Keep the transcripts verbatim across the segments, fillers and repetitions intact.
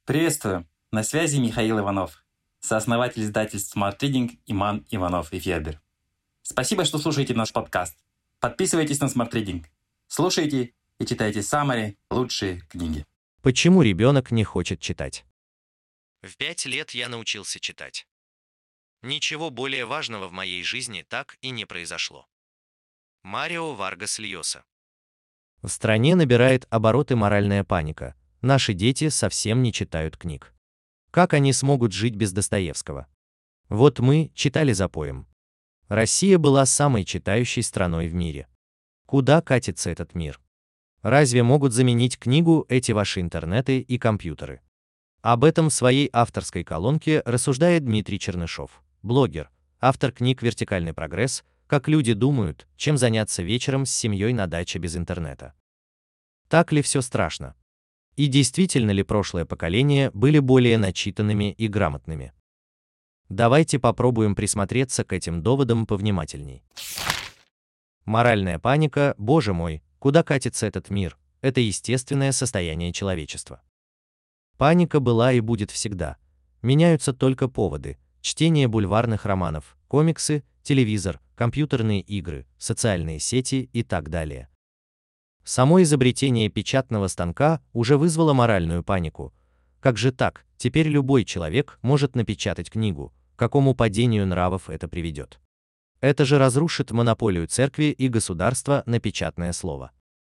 Приветствую! На связи Михаил Иванов, сооснователь издательств Smart Reading Иман Иванов и Федер. Спасибо, что слушаете наш подкаст. Подписывайтесь на Smart Reading. Слушайте и читайте самые лучшие книги. Почему ребенок не хочет читать? В пять лет я научился читать. Ничего более важного в моей жизни так и не произошло. Марио Варгас Льоса. В стране набирает обороты моральная паника. Наши дети совсем не читают книг. Как они смогут жить без Достоевского? Вот мы читали запоем. Россия была самой читающей страной в мире. Куда катится этот мир? Разве могут заменить книгу эти ваши интернеты и компьютеры? Об этом в своей авторской колонке рассуждает Дмитрий Чернышов, блогер, автор книг «Вертикальный прогресс», «Как люди думают, чем заняться вечером с семьей на даче без интернета». Так ли все страшно? И действительно ли прошлое поколение были более начитанными и грамотными? Давайте попробуем присмотреться к этим доводам повнимательней. Моральная паника, боже мой, куда катится этот мир, это естественное состояние человечества. Паника была и будет всегда. Меняются только поводы: чтение бульварных романов, комиксы, телевизор, компьютерные игры, социальные сети и так далее. Само изобретение печатного станка уже вызвало моральную панику. Как же так, теперь любой человек может напечатать книгу, к какому падению нравов это приведет? Это же разрушит монополию церкви и государства на печатное слово.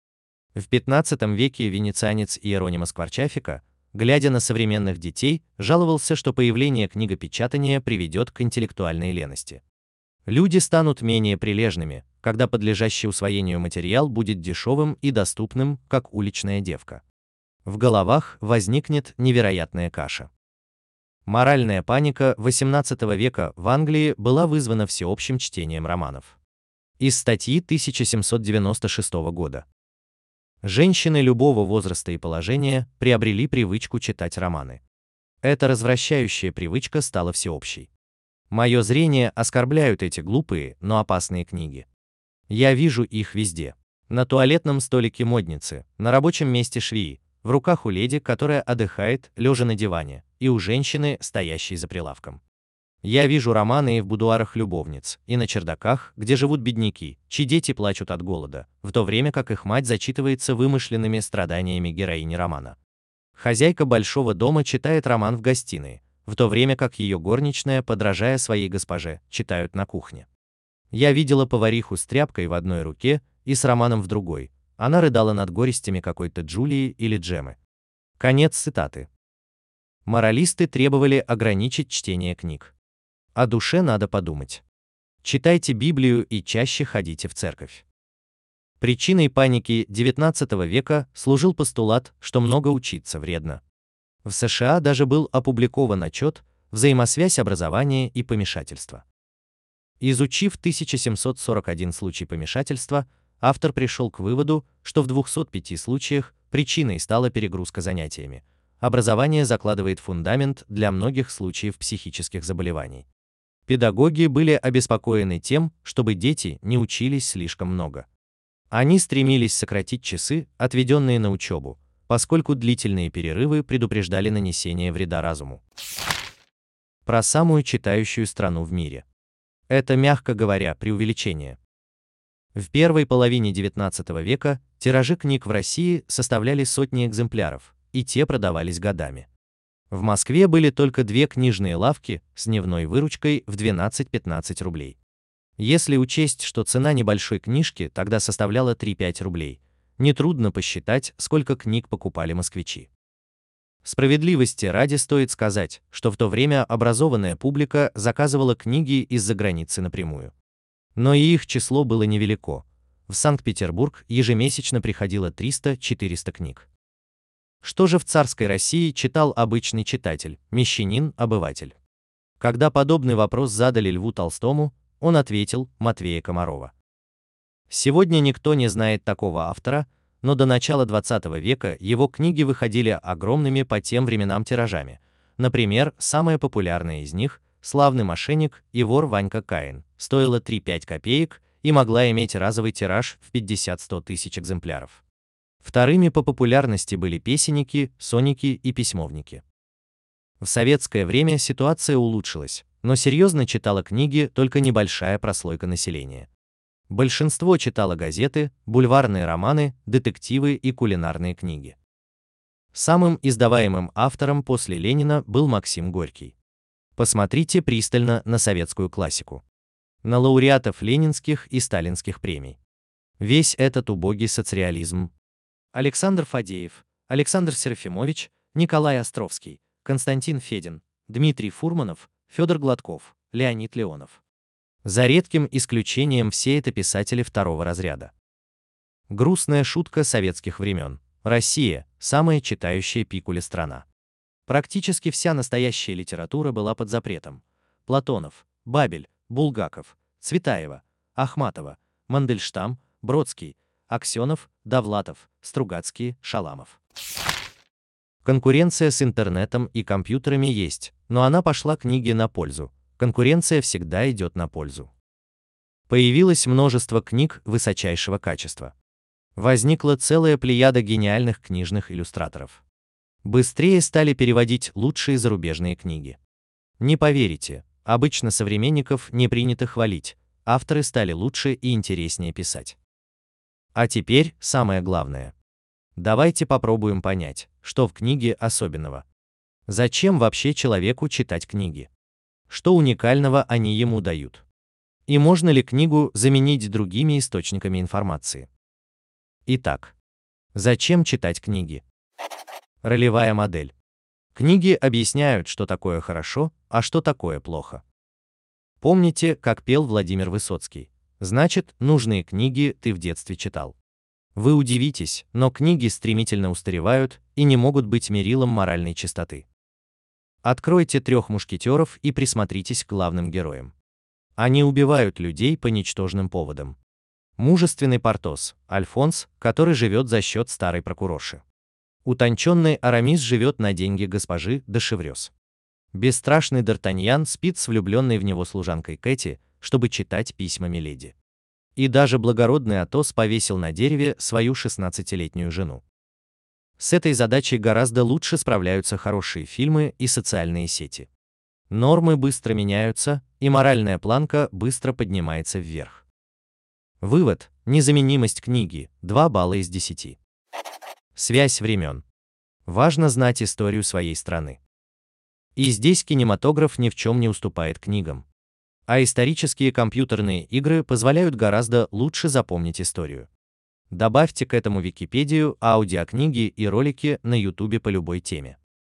В пятнадцатом веке венецианец Иеронимос Кварчафика, глядя на современных детей, жаловался, что появление книгопечатания приведет к интеллектуальной лености. Люди станут менее прилежными, когда подлежащий усвоению материал будет дешевым и доступным, как уличная девка. В головах возникнет невероятная каша. Моральная паника восемнадцатого века в Англии была вызвана всеобщим чтением романов. Из статьи тысяча семьсот девяносто шестого года. Женщины любого возраста и положения приобрели привычку читать романы. Эта развращающая привычка стала всеобщей. Мое зрение оскорбляют эти глупые, но опасные книги. Я вижу их везде. На туалетном столике модницы, на рабочем месте швеи, в руках у леди, которая отдыхает, лежа на диване, и у женщины, стоящей за прилавком. Я вижу романы и в будуарах любовниц, и на чердаках, где живут бедняки, чьи дети плачут от голода, в то время как их мать зачитывается вымышленными страданиями героини романа. Хозяйка большого дома читает роман в гостиной, в то время как ее горничная, подражая своей госпоже, читают на кухне. Я видела повариху с тряпкой в одной руке и с романом в другой. Она рыдала над горестями какой-то Джулии или Джемы. Конец цитаты. Моралисты требовали ограничить чтение книг. О душе надо подумать. Читайте Библию и чаще ходите в церковь. Причиной паники девятнадцатого века служил постулат, что много учиться вредно. В США даже был опубликован отчет «Взаимосвязь образования и помешательства». Изучив тысяча семьсот сорок один случай помешательства, автор пришел к выводу, что в двухстах пяти случаях причиной стала перегрузка занятиями. Образование закладывает фундамент для многих случаев психических заболеваний. Педагоги были обеспокоены тем, чтобы дети не учились слишком много. Они стремились сократить часы, отведенные на учебу, поскольку длительные перерывы предупреждали нанесение вреда разуму. Про самую читающую страну в мире. Это, мягко говоря, преувеличение. В первой половине девятнадцатого века тиражи книг в России составляли сотни экземпляров, и те продавались годами. В Москве были только две книжные лавки с дневной выручкой в двенадцать-пятнадцать рублей. Если учесть, что цена небольшой книжки тогда составляла три-пять рублей, нетрудно посчитать, сколько книг покупали москвичи. Справедливости ради стоит сказать, что в то время образованная публика заказывала книги из-за границы напрямую. Но и их число было невелико. В Санкт-Петербург ежемесячно приходило триста-четыреста книг. Что же в царской России читал обычный читатель, мещанин, обыватель? Когда подобный вопрос задали Льву Толстому, он ответил: Матвея Комарова. Сегодня никто не знает такого автора, но до начала двадцатого века его книги выходили огромными по тем временам тиражами. Например, самая популярная из них «Славный мошенник и вор Ванька Каин» стоила три-пять копеек и могла иметь разовый тираж в пятьдесят-сто тысяч экземпляров. Вторыми по популярности были песенники, соники и письмовники. В советское время ситуация улучшилась, но серьезно читала книги только небольшая прослойка населения. Большинство читало газеты, бульварные романы, детективы и кулинарные книги. Самым издаваемым автором после Ленина был Максим Горький. Посмотрите пристально на советскую классику, на лауреатов ленинских и сталинских премий. Весь этот убогий соцреализм. Александр Фадеев, Александр Серафимович, Николай Островский, Константин Федин, Дмитрий Фурманов, Федор Гладков, Леонид Леонов. За редким исключением все это писатели второго разряда. Грустная шутка советских времен. Россия – самая читающая пикуля страна. Практически вся настоящая литература была под запретом. Платонов, Бабель, Булгаков, Цветаева, Ахматова, Мандельштам, Бродский, Аксенов, Довлатов, Стругацкий, Шаламов. Конкуренция с интернетом и компьютерами есть, но она пошла книге на пользу. Конкуренция всегда идет на пользу. Появилось множество книг высочайшего качества. Возникла целая плеяда гениальных книжных иллюстраторов. Быстрее стали переводить лучшие зарубежные книги. Не поверите, обычно современников не принято хвалить, авторы стали лучше и интереснее писать. А теперь самое главное. Давайте попробуем понять, что в книге особенного. Зачем вообще человеку читать книги? Что уникального они ему дают? И можно ли книгу заменить другими источниками информации? Итак, зачем читать книги? Ролевая модель. Книги объясняют, что такое хорошо, а что такое плохо. Помните, как пел Владимир Высоцкий? Значит, нужные книги ты в детстве читал. Вы удивитесь, но книги стремительно устаревают и не могут быть мерилом моральной чистоты. Откройте «Трех мушкетеров» и присмотритесь к главным героям. Они убивают людей по ничтожным поводам. Мужественный Портос, Альфонс, который живет за счет старой прокурорши. Утонченный Арамис живет на деньги госпожи де Шеврёз. Бесстрашный Д'Артаньян спит с влюбленной в него служанкой Кэти, чтобы читать письма миледи. И даже благородный Атос повесил на дереве свою шестнадцатилетнюю жену. С этой задачей гораздо лучше справляются хорошие фильмы и социальные сети. Нормы быстро меняются, и моральная планка быстро поднимается вверх. Вывод. Незаменимость книги. два балла из десяти. Связь времен. Важно знать историю своей страны. И здесь кинематограф ни в чем не уступает книгам. А исторические компьютерные игры позволяют гораздо лучше запомнить историю. Добавьте к этому Википедию, аудиокниги и ролики на ютубе по любой теме.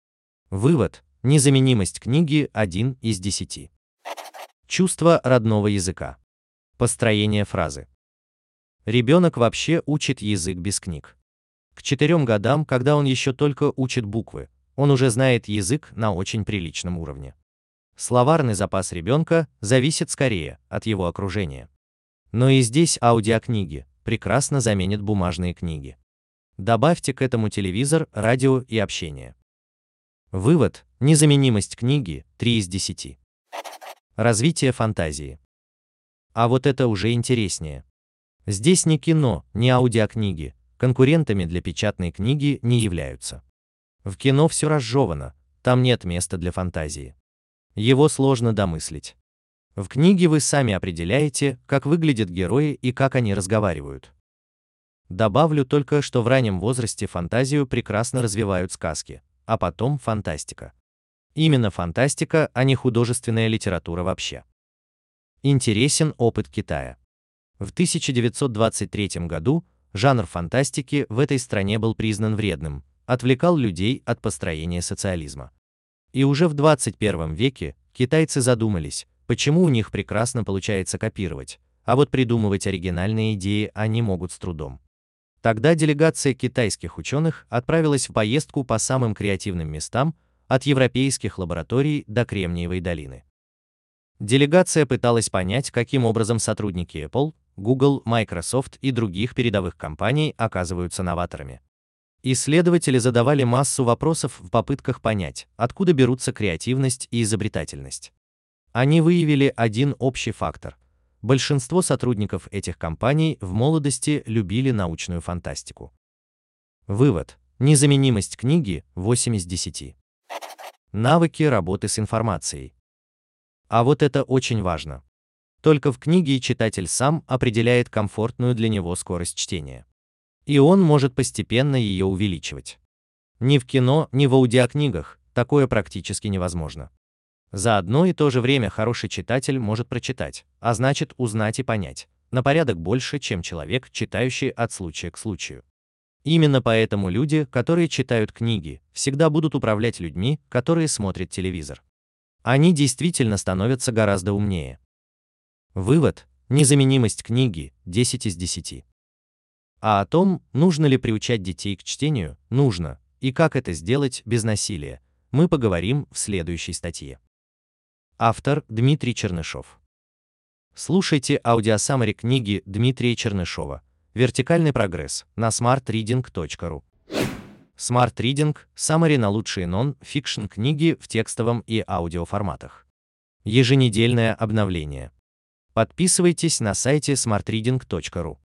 Вывод. Незаменимость книги один из десяти. Чувство родного языка. Построение фразы. Ребенок вообще учит язык без книг. К четырем годам, когда он еще только учит буквы, он уже знает язык на очень приличном уровне. Словарный запас ребенка зависит скорее от его окружения. Но и здесь аудиокниги прекрасно заменят бумажные книги. Добавьте к этому телевизор, радио и общение. Вывод. Незаменимость книги три из десяти. Развитие фантазии. А вот это уже интереснее. Здесь ни кино, ни аудиокниги конкурентами для печатной книги не являются. В кино все разжевано, там нет места для фантазии. Его сложно домыслить. В книге вы сами определяете, как выглядят герои и как они разговаривают. Добавлю только, что в раннем возрасте фантазию прекрасно развивают сказки, а потом фантастика. Именно фантастика, а не художественная литература вообще. Интересен опыт Китая. В тысяча девятьсот двадцать третьем году жанр фантастики в этой стране был признан вредным, отвлекал людей от построения социализма. И уже в двадцать первом веке китайцы задумались, почему у них прекрасно получается копировать, а вот придумывать оригинальные идеи они могут с трудом. Тогда делегация китайских ученых отправилась в поездку по самым креативным местам, от европейских лабораторий до Кремниевой долины. Делегация пыталась понять, каким образом сотрудники Apple, Google, Microsoft и других передовых компаний оказываются новаторами. Исследователи задавали массу вопросов в попытках понять, откуда берутся креативность и изобретательность. Они выявили один общий фактор. Большинство сотрудников этих компаний в молодости любили научную фантастику. Вывод. Незаменимость книги восемь из десяти. Навыки работы с информацией. А вот это очень важно. Только в книге читатель сам определяет комфортную для него скорость чтения. И он может постепенно ее увеличивать. Ни в кино, ни в аудиокнигах такое практически невозможно. За одно и то же время хороший читатель может прочитать, а значит узнать и понять, на порядок больше, чем человек, читающий от случая к случаю. Именно поэтому люди, которые читают книги, всегда будут управлять людьми, которые смотрят телевизор. Они действительно становятся гораздо умнее. Вывод: незаменимость книги десять из десяти. А о том, нужно ли приучать детей к чтению, нужно, и как это сделать без насилия, мы поговорим в следующей статье. Автор Дмитрий Чернышов. Слушайте аудиосаммари книги Дмитрия Чернышова «Вертикальный прогресс» на смарт ридинг точка ру. Smart Reading – саммари на лучшие нон-фикшн книги в текстовом и аудиоформатах. Еженедельное обновление. Подписывайтесь на сайте смарт ридинг точка ру.